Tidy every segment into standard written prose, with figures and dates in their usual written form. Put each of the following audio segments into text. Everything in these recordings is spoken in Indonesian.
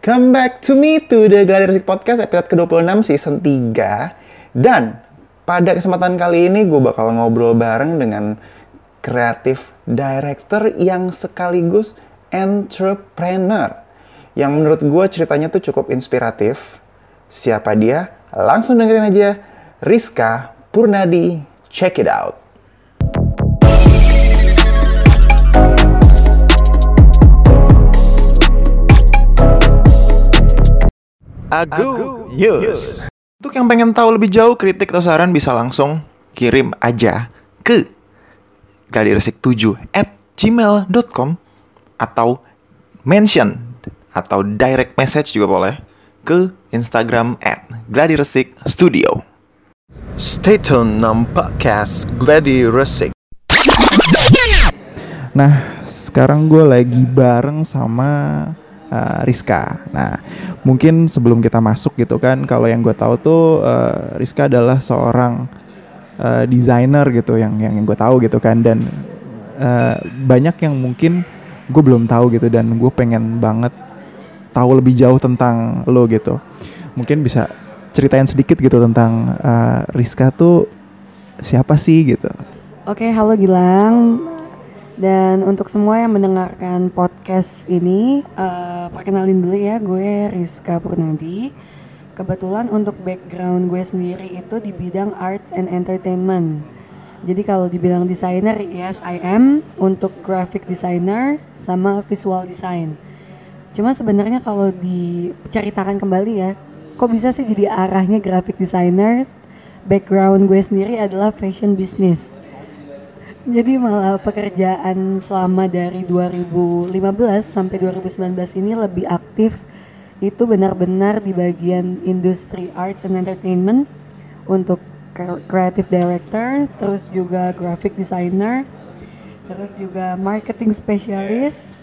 Come back to me to the Gladi Resik Podcast episode ke-26 season 3. Dan pada kesempatan kali ini gue bakal ngobrol bareng dengan kreatif director yang sekaligus entrepreneur. Yang menurut gue ceritanya tuh cukup inspiratif. Siapa dia? Langsung dengerin aja. Rizka Purnadi. Check it out. Agu News. Untuk yang pengen tahu lebih jauh, kritik atau saran bisa langsung kirim aja ke gladiresik7@gmail.com atau mention atau direct message juga boleh ke Instagram @gladiresikstudio. Stay tune nam podcast Gladi Resik. Nah, sekarang gue lagi bareng sama Rizka. Nah, mungkin sebelum kita masuk gitu kan, kalau yang gue tahu tuh Rizka adalah seorang desainer gitu, yang gue tahu gitu kan, dan banyak yang mungkin gue belum tahu gitu, dan gue pengen banget tahu lebih jauh tentang lo gitu. Mungkin bisa ceritain sedikit gitu tentang Rizka tuh siapa sih gitu. Oke, halo Gilang. Dan untuk semua yang mendengarkan podcast ini, perkenalin dulu ya, gue Rizka Purnadi. Kebetulan untuk background gue sendiri itu di bidang arts and entertainment. Jadi kalau dibilang desainer, yes I am, untuk graphic designer sama visual design. Cuma sebenarnya kalau diceritakan kembali ya, kok bisa sih jadi arahnya graphic designer? Background gue sendiri adalah fashion business. Jadi malah pekerjaan selama dari 2015 sampai 2019 ini lebih aktif itu benar-benar di bagian industri arts and entertainment untuk creative director, terus juga graphic designer, terus juga marketing specialist.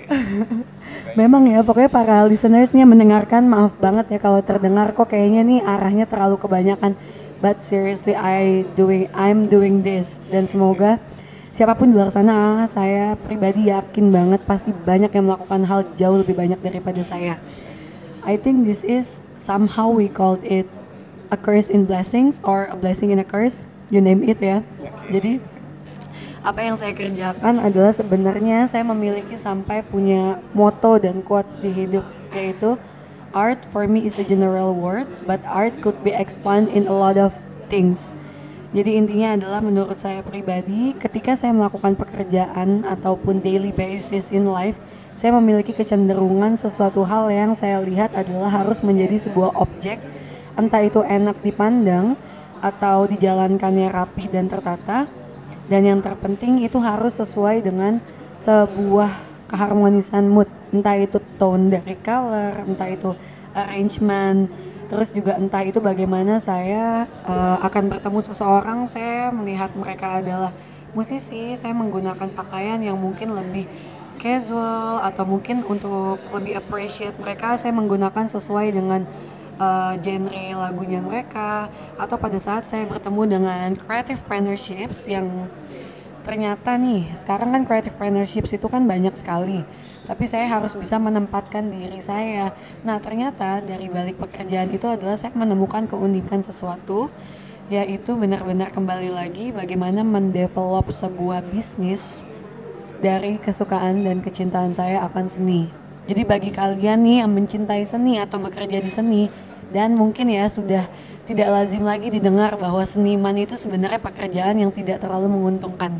Memang ya, pokoknya para listeners nih yang mendengarkan, maaf banget ya kalau terdengar kok kayaknya nih arahnya terlalu kebanyakan. But seriously, I'm doing this, dan semoga siapapun di luar sana, saya pribadi yakin banget pasti banyak yang melakukan hal jauh lebih banyak daripada saya. I think this is somehow we called it a curse in blessings or a blessing in a curse, you name it ya. Jadi apa yang saya kerjakan adalah sebenarnya saya memiliki sampai punya motto dan quotes di hidup, yaitu art for me is a general word, but art could be expanded in a lot of things. Jadi intinya adalah menurut saya pribadi, ketika saya melakukan pekerjaan ataupun daily basis in life, saya memiliki kecenderungan sesuatu hal yang saya lihat adalah harus menjadi sebuah objek, entah itu enak dipandang atau dijalankannya rapih dan tertata, dan yang terpenting itu harus sesuai dengan sebuah keharmonisan mood, entah itu tone dari color, entah itu arrangement, terus juga entah itu bagaimana saya akan bertemu seseorang, saya melihat mereka adalah musisi, saya menggunakan pakaian yang mungkin lebih casual, atau mungkin untuk lebih appreciate mereka, saya menggunakan sesuai dengan genre lagunya mereka, atau pada saat saya bertemu dengan creative partnerships yang ternyata nih, sekarang kan creative partnerships itu kan banyak sekali, tapi saya harus bisa menempatkan diri saya. Nah, ternyata dari balik pekerjaan itu adalah saya menemukan keunikan sesuatu, yaitu benar-benar kembali lagi bagaimana mendevelop sebuah bisnis dari kesukaan dan kecintaan saya akan seni. Jadi bagi kalian nih yang mencintai seni atau bekerja di seni, dan mungkin ya sudah tidak lazim lagi didengar bahwa seniman itu sebenarnya pekerjaan yang tidak terlalu menguntungkan.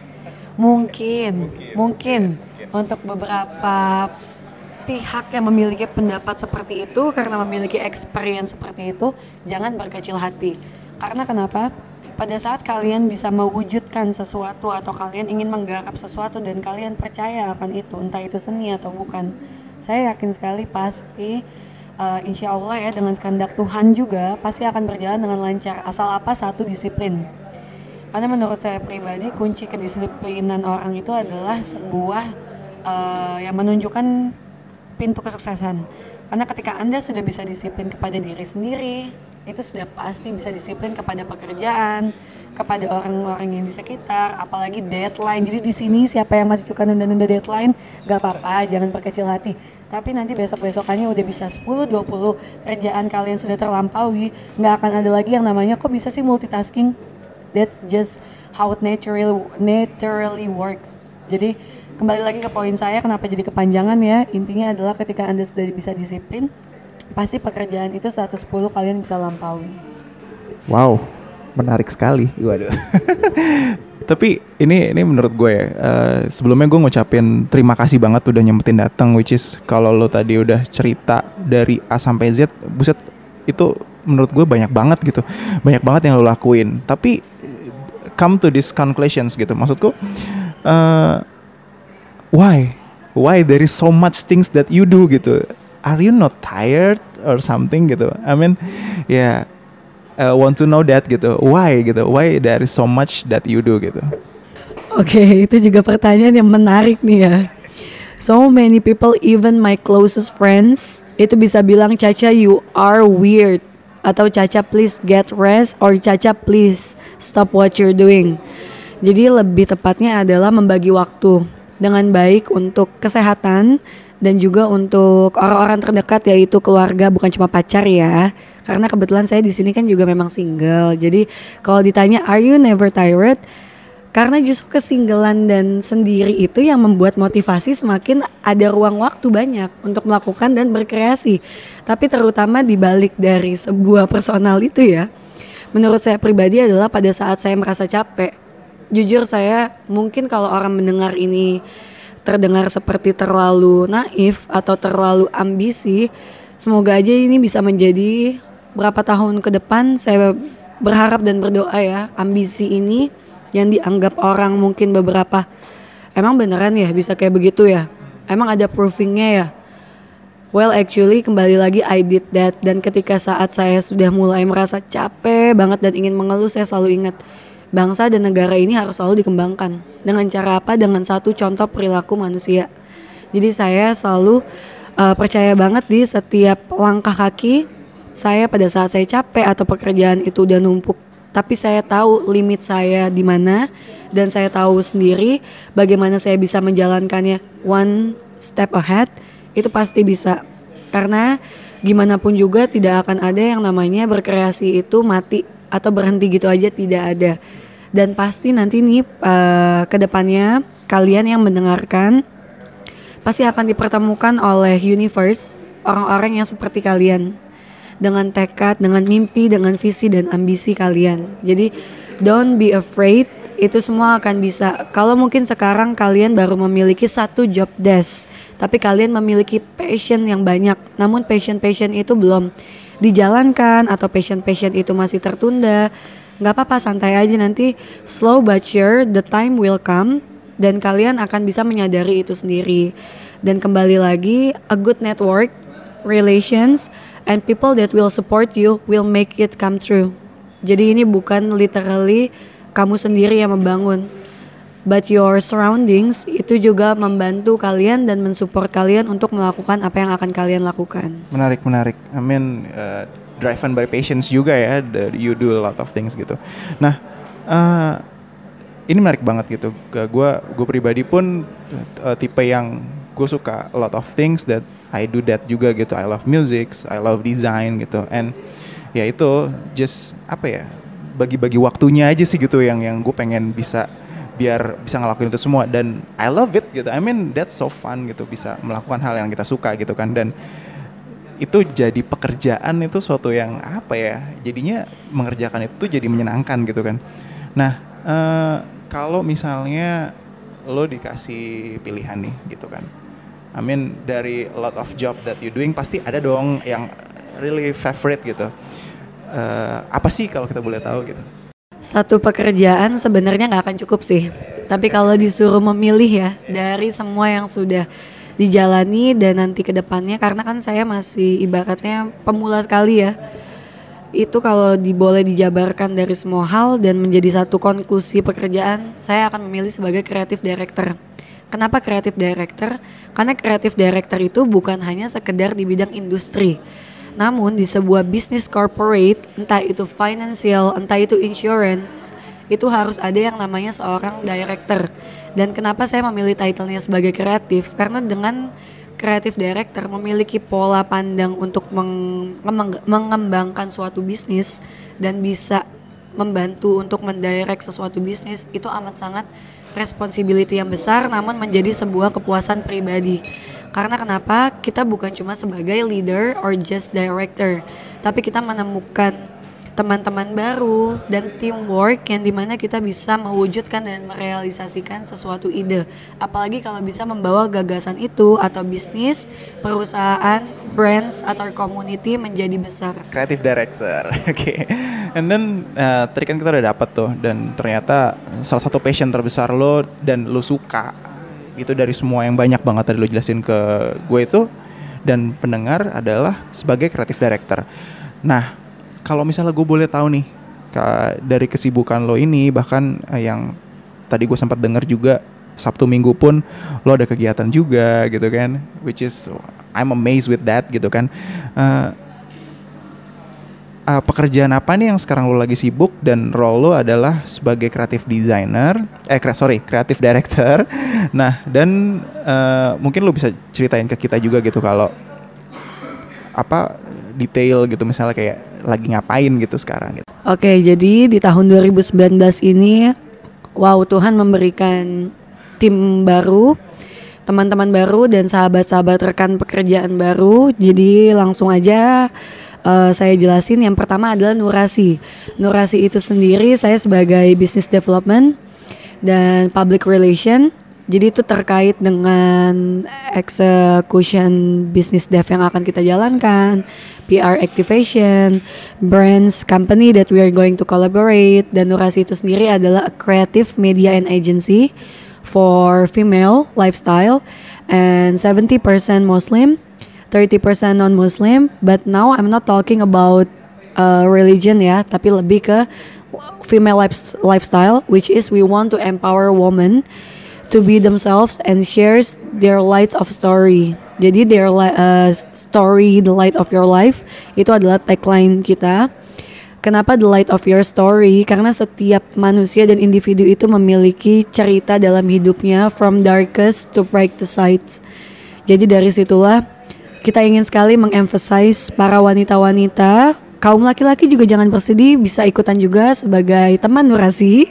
Mungkin untuk beberapa pihak yang memiliki pendapat seperti itu, karena memiliki experience seperti itu, jangan berkecil hati. Karena kenapa? Pada saat kalian bisa mewujudkan sesuatu atau kalian ingin menggarap sesuatu dan kalian percaya akan itu, entah itu seni atau bukan, saya yakin sekali pasti insya Allah ya, dengan kehendak Tuhan juga pasti akan berjalan dengan lancar, asal apa? Satu, disiplin. Karena menurut saya pribadi, kunci kedisiplinan orang itu adalah sebuah yang menunjukkan pintu kesuksesan. Karena ketika Anda sudah bisa disiplin kepada diri sendiri, itu sudah pasti bisa disiplin kepada pekerjaan, kepada orang-orang yang di sekitar, apalagi deadline. Jadi di sini siapa yang masih suka nunda-nunda deadline, gak apa-apa, jangan berkecil hati. Tapi nanti besok-besokannya udah bisa 10-20 kerjaan kalian sudah terlampaui, gak akan ada lagi yang namanya kok bisa sih multitasking. That's just how it naturally works. Jadi kembali lagi ke poin saya, kenapa jadi kepanjangan ya, intinya adalah ketika Anda sudah bisa disiplin, pasti pekerjaan itu 110 kalian bisa lampaui. Wow, menarik sekali. Waduh. Tapi ini menurut gue ya, sebelumnya gue ngucapin terima kasih banget udah nyempetin datang, which is kalau lo tadi udah cerita dari A sampai Z, buset itu menurut gue banyak banget gitu, banyak banget yang lo lakuin. Tapi come to these conclusions gitu, maksudku why there is so much things that you do gitu? Are you not tired or something gitu? I mean, yeah. Want to know that gitu, why there is so much that you do gitu. Oke, itu juga pertanyaan yang menarik nih ya. So many people, even my closest friends, itu bisa bilang, Caca you are weird, atau Caca please get rest, or Caca please stop what you're doing. Jadi lebih tepatnya adalah membagi waktu dengan baik untuk kesehatan dan juga untuk orang-orang terdekat, yaitu keluarga, bukan cuma pacar ya. Karena kebetulan saya di sini kan juga memang single. Jadi kalau ditanya are you never tired? Karena justru kesinggelan dan sendiri itu yang membuat motivasi semakin ada ruang waktu banyak untuk melakukan dan berkreasi. Tapi terutama di balik dari sebuah personal itu ya, menurut saya pribadi adalah pada saat saya merasa capek. Jujur saya mungkin kalau orang mendengar ini terdengar seperti terlalu naif atau terlalu ambisi, semoga aja ini bisa menjadi berapa tahun ke depan. Saya berharap dan berdoa ya, ambisi ini yang dianggap orang mungkin beberapa, emang beneran ya bisa kayak begitu ya, emang ada proofingnya ya. Well actually kembali lagi I did that, dan ketika saat saya sudah mulai merasa capek banget dan ingin mengeluh, saya selalu ingat bangsa dan negara ini harus selalu dikembangkan. Dengan cara apa? Dengan satu contoh perilaku manusia. Jadi saya selalu percaya banget di setiap langkah kaki saya pada saat saya capek atau pekerjaan itu udah numpuk. Tapi saya tahu limit saya di mana, dan saya tahu sendiri bagaimana saya bisa menjalankannya one step ahead. Itu pasti bisa. Karena gimana pun juga tidak akan ada yang namanya berkreasi itu mati atau berhenti gitu aja, tidak ada. Dan pasti nanti nih ke depannya kalian yang mendengarkan pasti akan dipertemukan oleh universe orang-orang yang seperti kalian, dengan tekad, dengan mimpi, dengan visi dan ambisi kalian. Jadi don't be afraid, itu semua akan bisa. Kalau mungkin sekarang kalian baru memiliki satu job desk, tapi kalian memiliki passion yang banyak, namun passion itu belum dijalankan atau passion itu masih tertunda, nggak apa-apa, santai aja, nanti slow but sure the time will come dan kalian akan bisa menyadari itu sendiri. Dan kembali lagi, a good network, relations, and people that will support you will make it come true. Jadi ini bukan literally kamu sendiri yang membangun, but your surroundings itu juga membantu kalian dan mensupport kalian untuk melakukan apa yang akan kalian lakukan. Menarik. I mean, driven by patience juga ya, you do a lot of things gitu. Nah, ini menarik banget gitu. Gue pribadi pun tipe yang gue suka a lot of things that I do that juga gitu. I love music, I love design gitu, and ya itu just apa ya, bagi-bagi waktunya aja sih gitu yang gue pengen bisa biar bisa ngelakuin itu semua, dan I love it gitu. I mean that's so fun gitu, bisa melakukan hal yang kita suka gitu kan, dan itu jadi pekerjaan itu suatu yang apa ya, jadinya mengerjakan itu jadi menyenangkan gitu kan. Nah kalau misalnya lo dikasih pilihan nih gitu kan, I mean dari a lot of job that you doing pasti ada dong yang really favorite gitu. Apa sih kalau kita boleh tahu gitu? Satu pekerjaan sebenarnya nggak akan cukup sih. Tapi kalau disuruh memilih ya dari semua yang sudah dijalani dan nanti ke depannya, karena kan saya masih ibaratnya pemula sekali ya. Itu kalau boleh dijabarkan dari semua hal dan menjadi satu konklusi pekerjaan, saya akan memilih sebagai creative director. Kenapa creative director? Karena creative director itu bukan hanya sekedar di bidang industri, namun di sebuah bisnis corporate, entah itu financial, entah itu insurance, itu harus ada yang namanya seorang director. Dan kenapa saya memilih title-nya sebagai kreatif? Karena dengan creative director memiliki pola pandang untuk mengembangkan suatu bisnis dan bisa membantu untuk mendirect sesuatu bisnis, itu amat sangat responsibility yang besar, namun menjadi sebuah kepuasan pribadi. Karena kenapa? Kita bukan cuma sebagai leader or just director, tapi kita menemukan teman-teman baru dan teamwork yang dimana kita bisa mewujudkan dan merealisasikan sesuatu ide. Apalagi kalau bisa membawa gagasan itu atau bisnis, perusahaan, brands atau community menjadi besar. Creative director, oke. And then tadi kan kita udah dapat tuh, dan ternyata salah satu passion terbesar lo dan lo suka itu dari semua yang banyak banget tadi lo jelasin ke gue itu dan pendengar adalah sebagai creative director. Nah, kalau misalnya gue boleh tahu nih, dari kesibukan lo ini, bahkan yang tadi gue sempat dengar juga Sabtu Minggu pun lo ada kegiatan juga gitu kan, which is I'm amazed with that gitu kan. Pekerjaan apa nih yang sekarang lo lagi sibuk dan role lo adalah sebagai creative designer, creative director. Nah, dan mungkin lo bisa ceritain ke kita juga gitu kalau apa detail gitu, misalnya kayak lagi ngapain gitu sekarang gitu. Oke, jadi di tahun 2019 ini, wow, Tuhan memberikan tim baru, teman-teman baru dan sahabat-sahabat rekan pekerjaan baru. Jadi langsung aja saya jelasin. Yang pertama adalah Nurasi. Nurasi itu sendiri saya sebagai business development dan public relation. Jadi itu terkait dengan execution business dev yang akan kita jalankan, PR activation, brands, company that we are going to collaborate. Dan Nurasi itu sendiri adalah a creative media and agency for female lifestyle and 70% Muslim, 30% non-Muslim. But now I'm not talking about religion ya, tapi lebih ke female lifestyle, which is we want to empower women to be themselves and shares their light of story. Jadi their story, the light of your life, itu adalah tagline kita. Kenapa the light of your story? Karena setiap manusia dan individu itu memiliki cerita dalam hidupnya, from darkest to brightest sides. Jadi dari situlah kita ingin sekali mengemphasize para wanita-wanita, kaum laki-laki juga jangan bersedih, bisa ikutan juga sebagai teman Nurasi.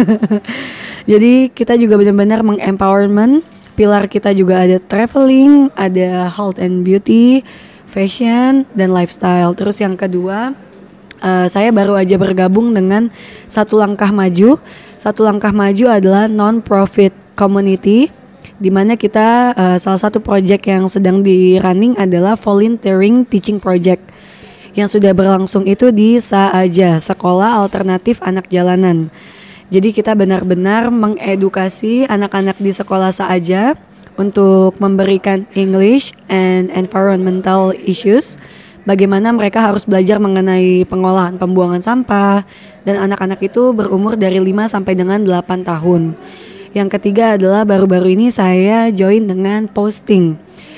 Jadi kita juga benar-benar mengempowerment. Pilar kita juga ada traveling, ada health and beauty, fashion, dan lifestyle. Terus yang kedua, saya baru aja bergabung dengan Satu Langkah Maju. Satu Langkah Maju adalah non-profit community, di mana kita salah satu project yang sedang di running adalah volunteering teaching project yang sudah berlangsung itu di Saaja, Sekolah Alternatif Anak Jalanan. Jadi kita benar-benar mengedukasi anak-anak di sekolah Saaja untuk memberikan English and environmental issues, bagaimana mereka harus belajar mengenai pengolahan pembuangan sampah, dan anak-anak itu berumur dari 5 sampai dengan 8 tahun. Yang ketiga adalah baru-baru ini saya join dengan Posting,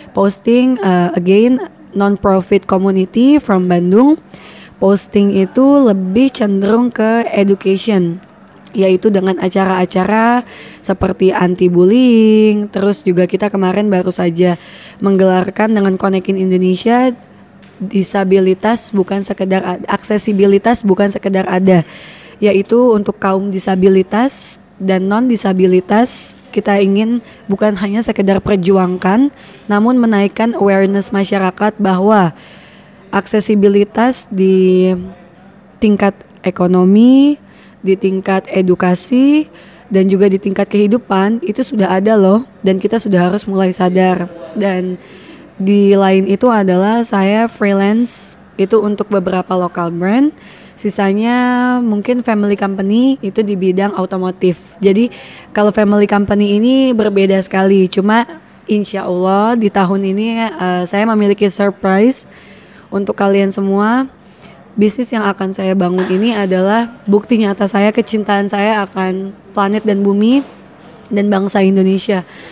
again non-profit community from Bandung. Posting itu lebih cenderung ke education, yaitu dengan acara-acara seperti anti-bullying. Terus juga kita kemarin baru saja menggelarkan dengan Konekin Indonesia, disabilitas bukan sekedar aksesibilitas bukan sekedar ada, yaitu untuk kaum disabilitas dan non-disabilitas. Kita ingin bukan hanya sekedar perjuangkan, namun menaikkan awareness masyarakat bahwa aksesibilitas di tingkat ekonomi, di tingkat edukasi, dan juga di tingkat kehidupan itu sudah ada loh, dan kita sudah harus mulai sadar. Dan di lain itu adalah saya freelance itu untuk beberapa lokal brand, sisanya mungkin family company itu di bidang otomotif. Jadi kalau family company ini berbeda sekali, cuma insya Allah di tahun ini saya memiliki surprise untuk kalian semua. Bisnis yang akan saya bangun ini adalah bukti nyata saya, kecintaan saya akan planet dan bumi dan bangsa Indonesia.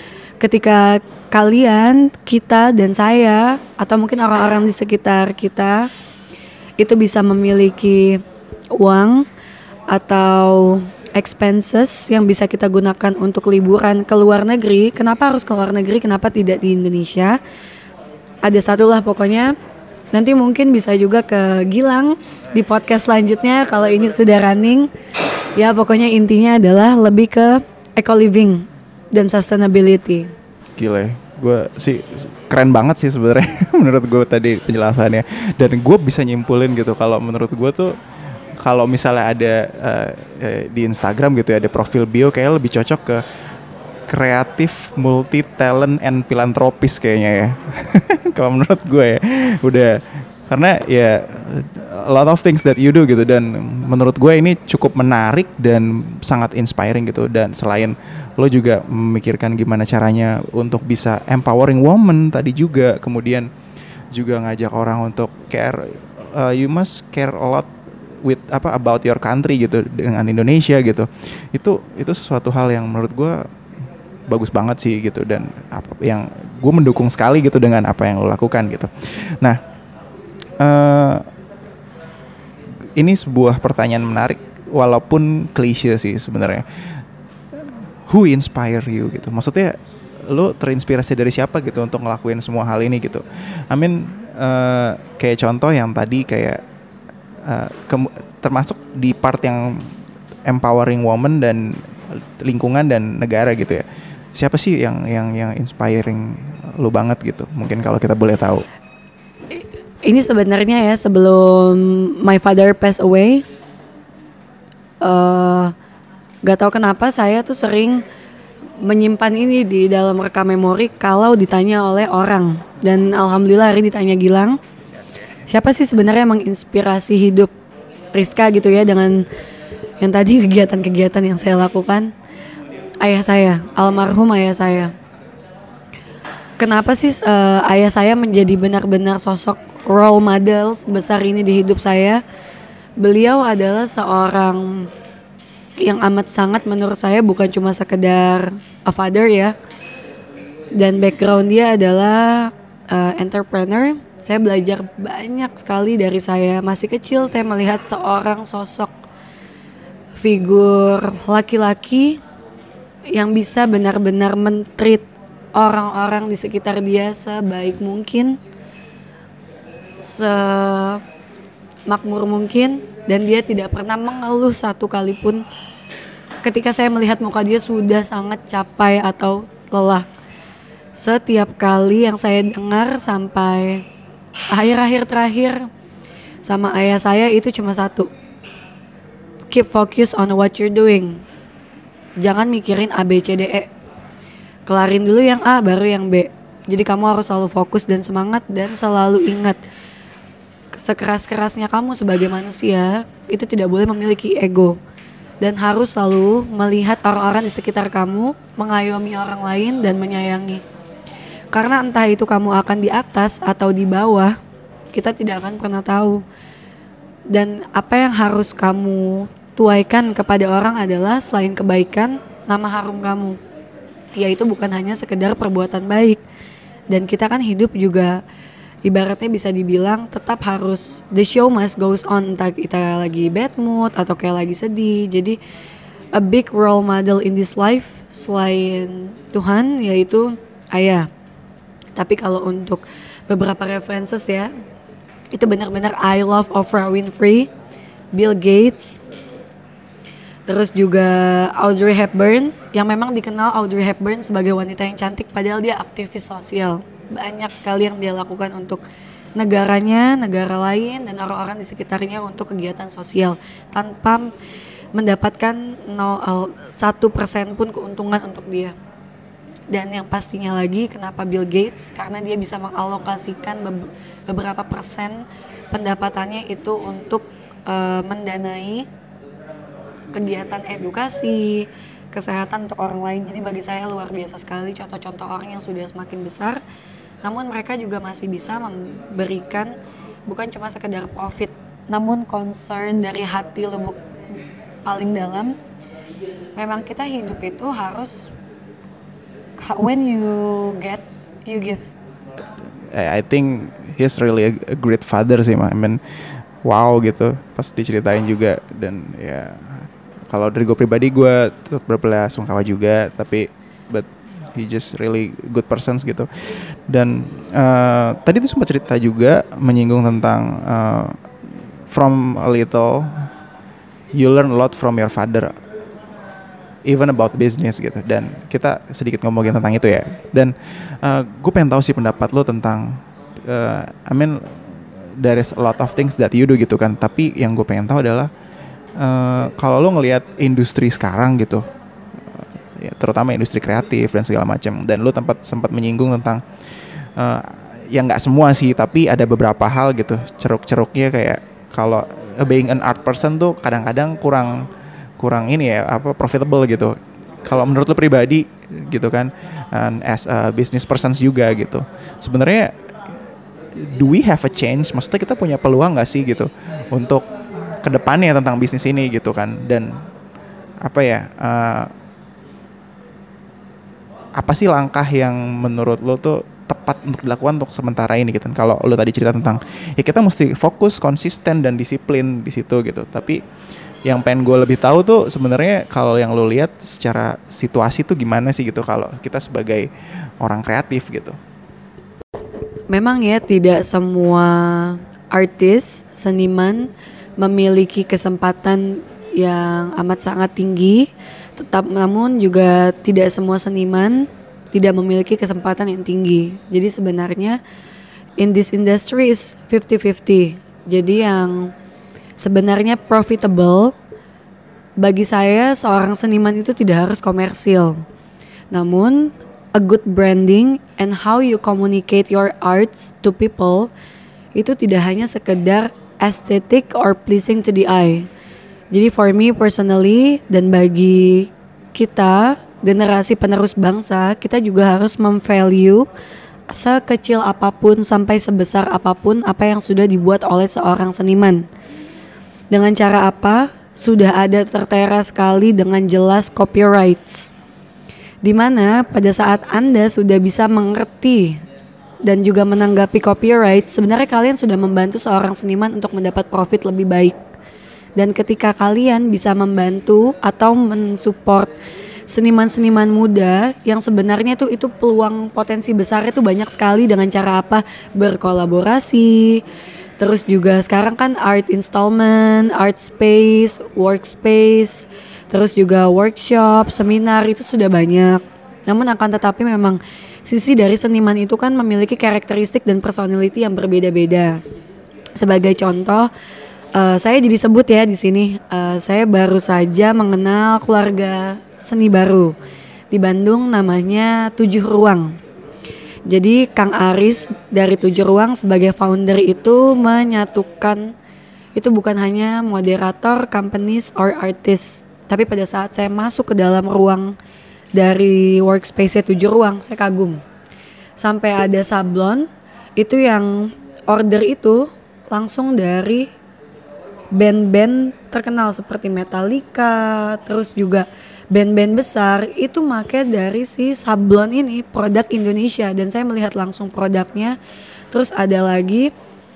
ketika kalian, kita dan saya atau mungkin orang-orang di sekitar kita itu bisa memiliki uang atau expenses yang bisa kita gunakan untuk liburan ke luar negeri. Kenapa harus ke luar negeri? Kenapa tidak di Indonesia? Ada satu lah pokoknya. Nanti mungkin bisa juga ke Gilang di podcast selanjutnya kalau ini sudah running. Ya pokoknya intinya adalah lebih ke eco living dan sustainability. Gila, gue sih keren banget sih sebenarnya menurut gue tadi penjelasannya. Dan gue bisa nyimpulin gitu kalau menurut gue tuh kalau misalnya ada di Instagram gitu ya, ada profil bio kayak lebih cocok ke kreatif, multi talent and philanthropist kayaknya ya. Kalau menurut gue ya, udah karena ya a lot of things that you do gitu, dan menurut gue ini cukup menarik dan sangat inspiring gitu. Dan selain lo juga memikirkan gimana caranya untuk bisa empowering woman tadi juga, kemudian juga ngajak orang untuk care, you must care a lot with about your country gitu, dengan Indonesia gitu. Itu sesuatu hal yang menurut gue bagus banget sih gitu, dan apa yang gue mendukung sekali gitu dengan apa yang lo lakukan gitu. Nah, ini sebuah pertanyaan menarik walaupun klise sih sebenarnya. Who inspire you gitu? Maksudnya lo terinspirasi dari siapa gitu untuk ngelakuin semua hal ini gitu? I mean, kayak contoh yang tadi kayak termasuk di part yang empowering woman dan lingkungan dan negara gitu ya. Siapa sih yang inspiring lo banget gitu? Mungkin kalau kita boleh tahu. Ini sebenarnya ya sebelum my father pass away, gak tahu kenapa saya tuh sering menyimpan ini di dalam rekam memori kalau ditanya oleh orang. Dan alhamdulillah hari ditanya Gilang, siapa sih sebenarnya yang menginspirasi hidup Rizka gitu ya, dengan yang tadi kegiatan-kegiatan yang saya lakukan. Ayah saya, almarhum ayah saya. Kenapa sih ayah saya menjadi benar-benar sosok role model besar ini di hidup saya? Beliau adalah seorang yang amat sangat menurut saya bukan cuma sekedar a father ya. Dan background dia adalah entrepreneur. Saya belajar banyak sekali dari saya masih kecil. Saya melihat seorang sosok figur laki-laki yang bisa benar-benar men-treat orang-orang di sekitar dia sebaik mungkin, semakmur mungkin, dan dia tidak pernah mengeluh satu kali pun ketika saya melihat muka dia sudah sangat capek atau lelah. Setiap kali yang saya dengar sampai akhir-akhir terakhir sama ayah saya itu cuma satu: keep focus on what you're doing. Jangan mikirin A, B, C, D, E. Kelarin dulu yang A, baru yang B. Jadi kamu harus selalu fokus dan semangat, dan selalu ingat, sekeras-kerasnya kamu sebagai manusia, itu tidak boleh memiliki ego. Dan harus selalu melihat orang-orang di sekitar kamu, mengayomi orang lain dan menyayangi. Karena entah itu kamu akan di atas atau di bawah, kita tidak akan pernah tahu. Dan apa yang harus kamu tuaikan kepada orang adalah selain kebaikan, nama harum kamu, yaitu bukan hanya sekedar perbuatan baik. Dan kita kan hidup juga ibaratnya bisa dibilang tetap harus the show must goes on, entah kita lagi bad mood atau kayak lagi sedih. Jadi a big role model in this life selain Tuhan yaitu ayah. Tapi kalau untuk beberapa references ya, itu benar-benar I love Oprah Winfrey, Bill Gates, terus juga Audrey Hepburn, yang memang dikenal Audrey Hepburn sebagai wanita yang cantik padahal dia aktivis sosial. Banyak sekali yang dia lakukan untuk negaranya, negara lain, dan orang-orang di sekitarnya untuk kegiatan sosial tanpa mendapatkan 1% pun keuntungan untuk dia. Dan yang pastinya lagi kenapa Bill Gates, karena dia bisa mengalokasikan beberapa persen pendapatannya itu untuk mendanai kegiatan edukasi, kesehatan untuk orang lain. Jadi bagi saya luar biasa sekali contoh-contoh orang yang sudah semakin besar, namun mereka juga masih bisa memberikan bukan cuma sekedar profit, namun concern dari hati lubuk paling dalam. Memang kita hidup itu when you get, you give. I think he's really a great father sih, I mean, wow gitu pas diceritain juga. Dan ya kalau dari gue pribadi, gue tetap berbelasungkawa juga, tapi but he just really good persons gitu. Dan tadi tuh sempat cerita juga menyinggung tentang from a little you learn a lot from your father, even about business gitu. Dan kita sedikit ngomongin tentang itu ya. Dan gue pengen tahu sih pendapat lo tentang I mean there is a lot of things that you do gitu kan. Tapi yang gue pengen tahu adalah kalau lo ngelihat industri sekarang gitu, ya, terutama industri kreatif dan segala macam. Dan lo sempat menyinggung tentang ya nggak semua sih, tapi ada beberapa hal gitu ceruk-ceruknya, kayak kalau being an art person tuh kadang-kadang kurang ini ya, apa, profitable gitu. Kalau menurut lo pribadi gitu kan, and as a business person juga gitu, sebenarnya do we have a change? Maksudnya kita punya peluang nggak sih gitu untuk kedepannya tentang bisnis ini gitu kan? Dan apa ya, apa sih langkah yang menurut lo tuh tepat untuk dilakukan untuk sementara ini gitu? Kalau lo tadi cerita tentang ya kita mesti fokus, konsisten dan disiplin di situ gitu. Tapi yang pengen gue lebih tahu tuh sebenarnya kalau yang lo lihat secara situasi tuh gimana sih gitu kalau kita sebagai orang kreatif gitu. Memang ya, tidak semua artis, seniman memiliki kesempatan yang amat sangat tinggi. Namun juga tidak semua seniman tidak memiliki kesempatan yang tinggi. Jadi sebenarnya in this industry is 50-50. Jadi yang sebenarnya profitable bagi saya seorang seniman itu tidak harus komersil. Namun a good branding and how you communicate your arts to people itu tidak hanya sekedar aesthetic or pleasing to the eye. Jadi for me personally dan bagi kita generasi penerus bangsa, kita juga harus memvalue sekecil apapun sampai sebesar apapun apa yang sudah dibuat oleh seorang seniman. Dengan cara apa? Sudah ada tertera sekali dengan jelas copyrights. Di mana pada saat Anda sudah bisa mengerti dan juga menanggapi copyright, sebenarnya kalian sudah membantu seorang seniman untuk mendapat profit lebih baik. Dan ketika kalian bisa membantu atau mensupport seniman-seniman muda yang sebenarnya itu peluang potensi besar itu banyak sekali dengan cara apa? Berkolaborasi. Terus juga sekarang kan art installment, art space, workspace, terus juga workshop, seminar itu sudah banyak. Namun akan tetapi memang sisi dari seniman itu kan memiliki karakteristik dan personality yang berbeda-beda. Sebagai contoh, saya jadi sebut ya di sini, saya baru saja mengenal keluarga seni baru di Bandung namanya 7 Ruang. Jadi Kang Aris dari 7 Ruang sebagai founder itu menyatukan, itu bukan hanya moderator, companies, or artist. Tapi pada saat saya masuk ke dalam ruang dari workspace-nya 7 Ruang, saya kagum. Sampai ada sablon, itu yang order itu langsung dari band-band terkenal seperti Metallica, terus juga band-band besar itu make dari si sablon ini, produk Indonesia. Dan saya melihat langsung produknya. Terus ada lagi,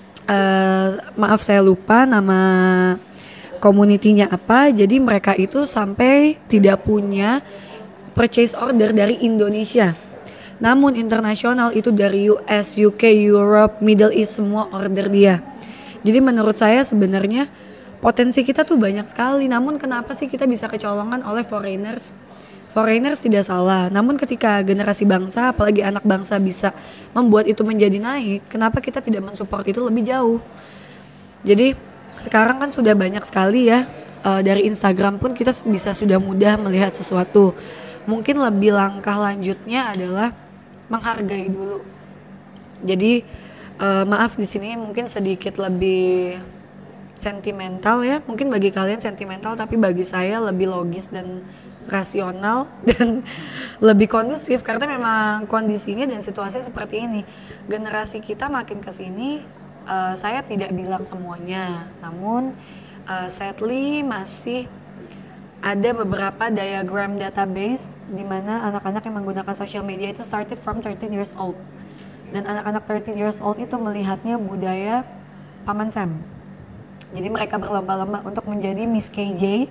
maaf saya lupa nama community-nya apa. Jadi mereka itu sampai tidak punya purchase order dari Indonesia, namun internasional itu dari US, UK, Europe, Middle East, semua order dia. Jadi menurut saya sebenarnya potensi kita tuh banyak sekali. Namun kenapa sih kita bisa kecolongan oleh foreigners? Foreigners tidak salah, namun ketika generasi bangsa, apalagi anak bangsa bisa membuat itu menjadi naik, kenapa kita tidak mensupport itu lebih jauh? Jadi sekarang kan sudah banyak sekali ya, dari Instagram pun kita bisa sudah mudah melihat sesuatu. Mungkin lebih langkah lanjutnya adalah menghargai dulu. Jadi maaf di sini mungkin sedikit lebih sentimental ya. Mungkin bagi kalian sentimental, tapi bagi saya lebih logis dan rasional dan lebih kondusif karena memang kondisinya dan situasinya seperti ini. Generasi kita makin kesini, saya tidak bilang semuanya, namun sadly masih ada beberapa diagram database di mana anak-anak yang menggunakan social media itu started from 13 years old. Dan anak-anak 13 years old itu melihatnya budaya Paman Sam. Jadi mereka berlomba-lomba untuk menjadi Miss KJ,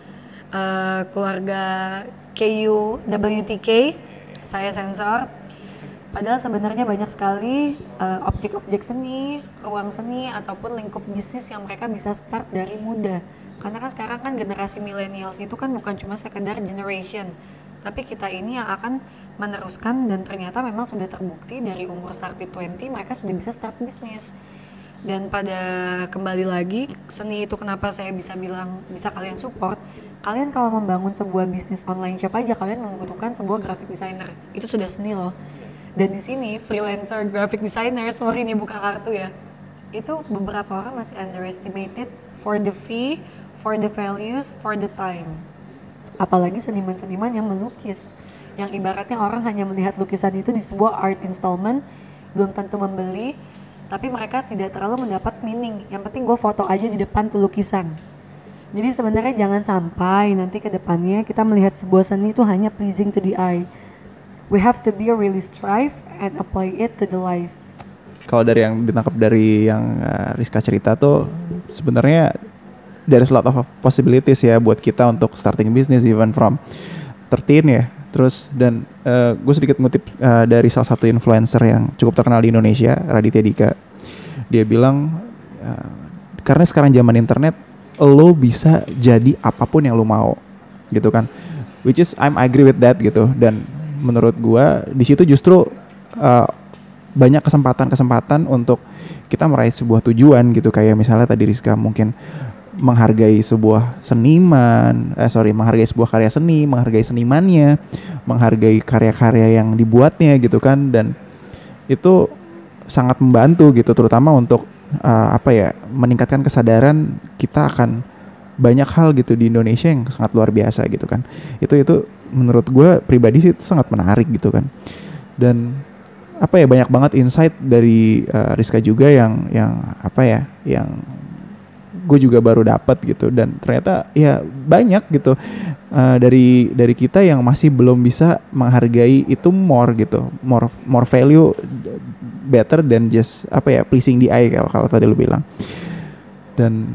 keluarga KU WTK, saya sensor. Padahal sebenarnya banyak sekali objek-objek seni, ruang seni, ataupun lingkup bisnis yang mereka bisa start dari muda. Karena kan sekarang kan generasi millennials itu kan bukan cuma sekedar generation, tapi kita ini yang akan meneruskan, dan ternyata memang sudah terbukti dari umur started 20 mereka sudah bisa start bisnis. Dan pada kembali lagi, seni itu kenapa saya bisa bilang bisa kalian support. Kalian kalau membangun sebuah bisnis online shop aja, kalian membutuhkan sebuah graphic designer. Itu sudah seni loh. Dan di sini freelancer graphic designer, sorry nih buka kartu ya, itu beberapa orang masih underestimated for the fee, for the values, for the time. Apalagi seniman-seniman yang melukis, yang ibaratnya orang hanya melihat lukisan itu di sebuah art installment, belum tentu membeli, tapi mereka tidak terlalu mendapat meaning. Yang penting gue foto aja di depan tuh lukisan. Jadi sebenarnya jangan sampai nanti ke depannya kita melihat sebuah seni itu hanya pleasing to the eye. We have to be really strive and apply it to the life. Kalau dari yang ditangkap dari yang Rizka cerita tuh sebenarnya there's a lot of possibilities ya buat kita untuk starting business even from 13 ya. Terus dan gue sedikit ngutip dari salah satu influencer yang cukup terkenal di Indonesia, Raditya Dika. Dia bilang karena sekarang zaman internet, lo bisa jadi apapun yang lo mau, gitu kan. Which is I'm agree with that gitu. Dan menurut gue di situ justru banyak kesempatan untuk kita meraih sebuah tujuan gitu. Kayak misalnya tadi Rizka mungkin menghargai sebuah seniman, menghargai sebuah karya seni, menghargai senimannya, menghargai karya-karya yang dibuatnya gitu kan. Dan itu sangat membantu gitu, terutama untuk meningkatkan kesadaran kita akan banyak hal gitu di Indonesia yang sangat luar biasa gitu kan. Itu menurut gue pribadi sih itu sangat menarik gitu kan. Dan banyak banget insight dari Rizka juga yang gue juga baru dapat gitu. Dan ternyata ya banyak gitu dari kita yang masih belum bisa menghargai itu more gitu, more value better than just pleasing the eye kalau tadi lu bilang. Dan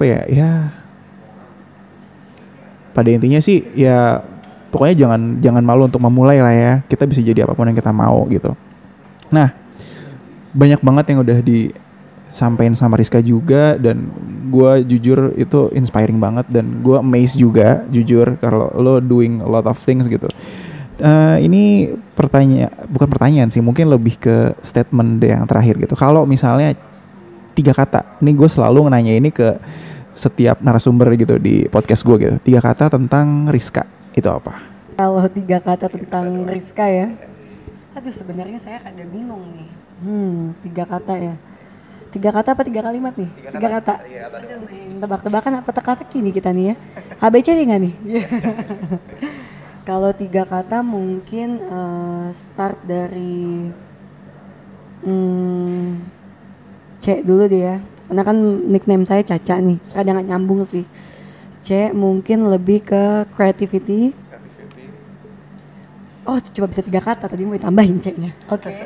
pada intinya sih ya pokoknya jangan malu untuk memulai lah ya. Kita bisa jadi apapun yang kita mau gitu. Nah, banyak banget yang udah disampaikan sama Rizka juga, dan gue jujur itu inspiring banget, dan gue amazed juga jujur kalau lo doing a lot of things gitu. Ini bukan pertanyaan sih, mungkin lebih ke statement yang terakhir gitu. Kalau misalnya 3 kata, ini gue selalu nanya ini ke setiap narasumber gitu di podcast gue gitu. 3 kata tentang Rizka, itu apa? Kalau 3 kata tentang Rizka ya, aduh sebenarnya saya agak bingung nih. 3 kata ya. 3 kata apa 3 kalimat nih? 3 kata. Aduh, tebak-tebakan apa teka-teki nih kita nih ya. ABC nih nggak nih? Kalau 3 kata mungkin start dari C dulu deh ya. Karena kan nickname saya Caca nih, rada gak nyambung sih. C mungkin lebih ke creativity. Oh coba bisa 3 kata, tadi mau ditambahin C-nya. Oke.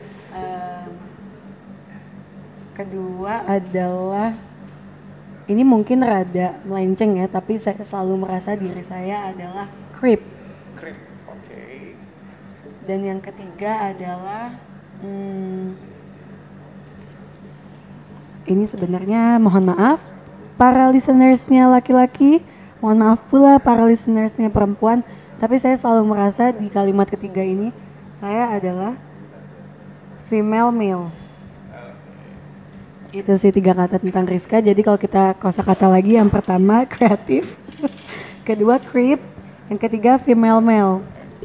Kedua adalah, ini mungkin rada melenceng ya, tapi saya selalu merasa diri saya adalah creep. Oke. Dan yang ketiga adalah ini sebenarnya mohon maaf para listenersnya laki-laki, mohon maaf pula para listenersnya perempuan, tapi saya selalu merasa di kalimat ketiga ini saya adalah female male. Itu sih 3 kata tentang Rizka. Jadi kalau kita kosakata lagi, yang pertama kreatif, kedua creep, yang ketiga female male.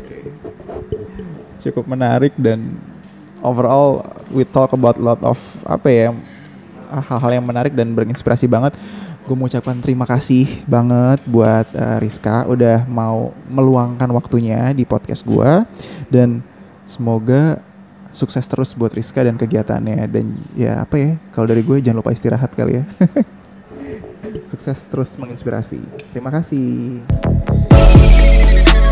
Cukup menarik, dan overall we talk about a lot of hal-hal yang menarik dan berinspirasi banget. Gue mau ucapkan terima kasih banget buat Rizka udah mau meluangkan waktunya di podcast gue, dan semoga sukses terus buat Rizka dan kegiatannya. Dan ya kalau dari gue jangan lupa istirahat kali ya. Sukses terus menginspirasi. Terima kasih.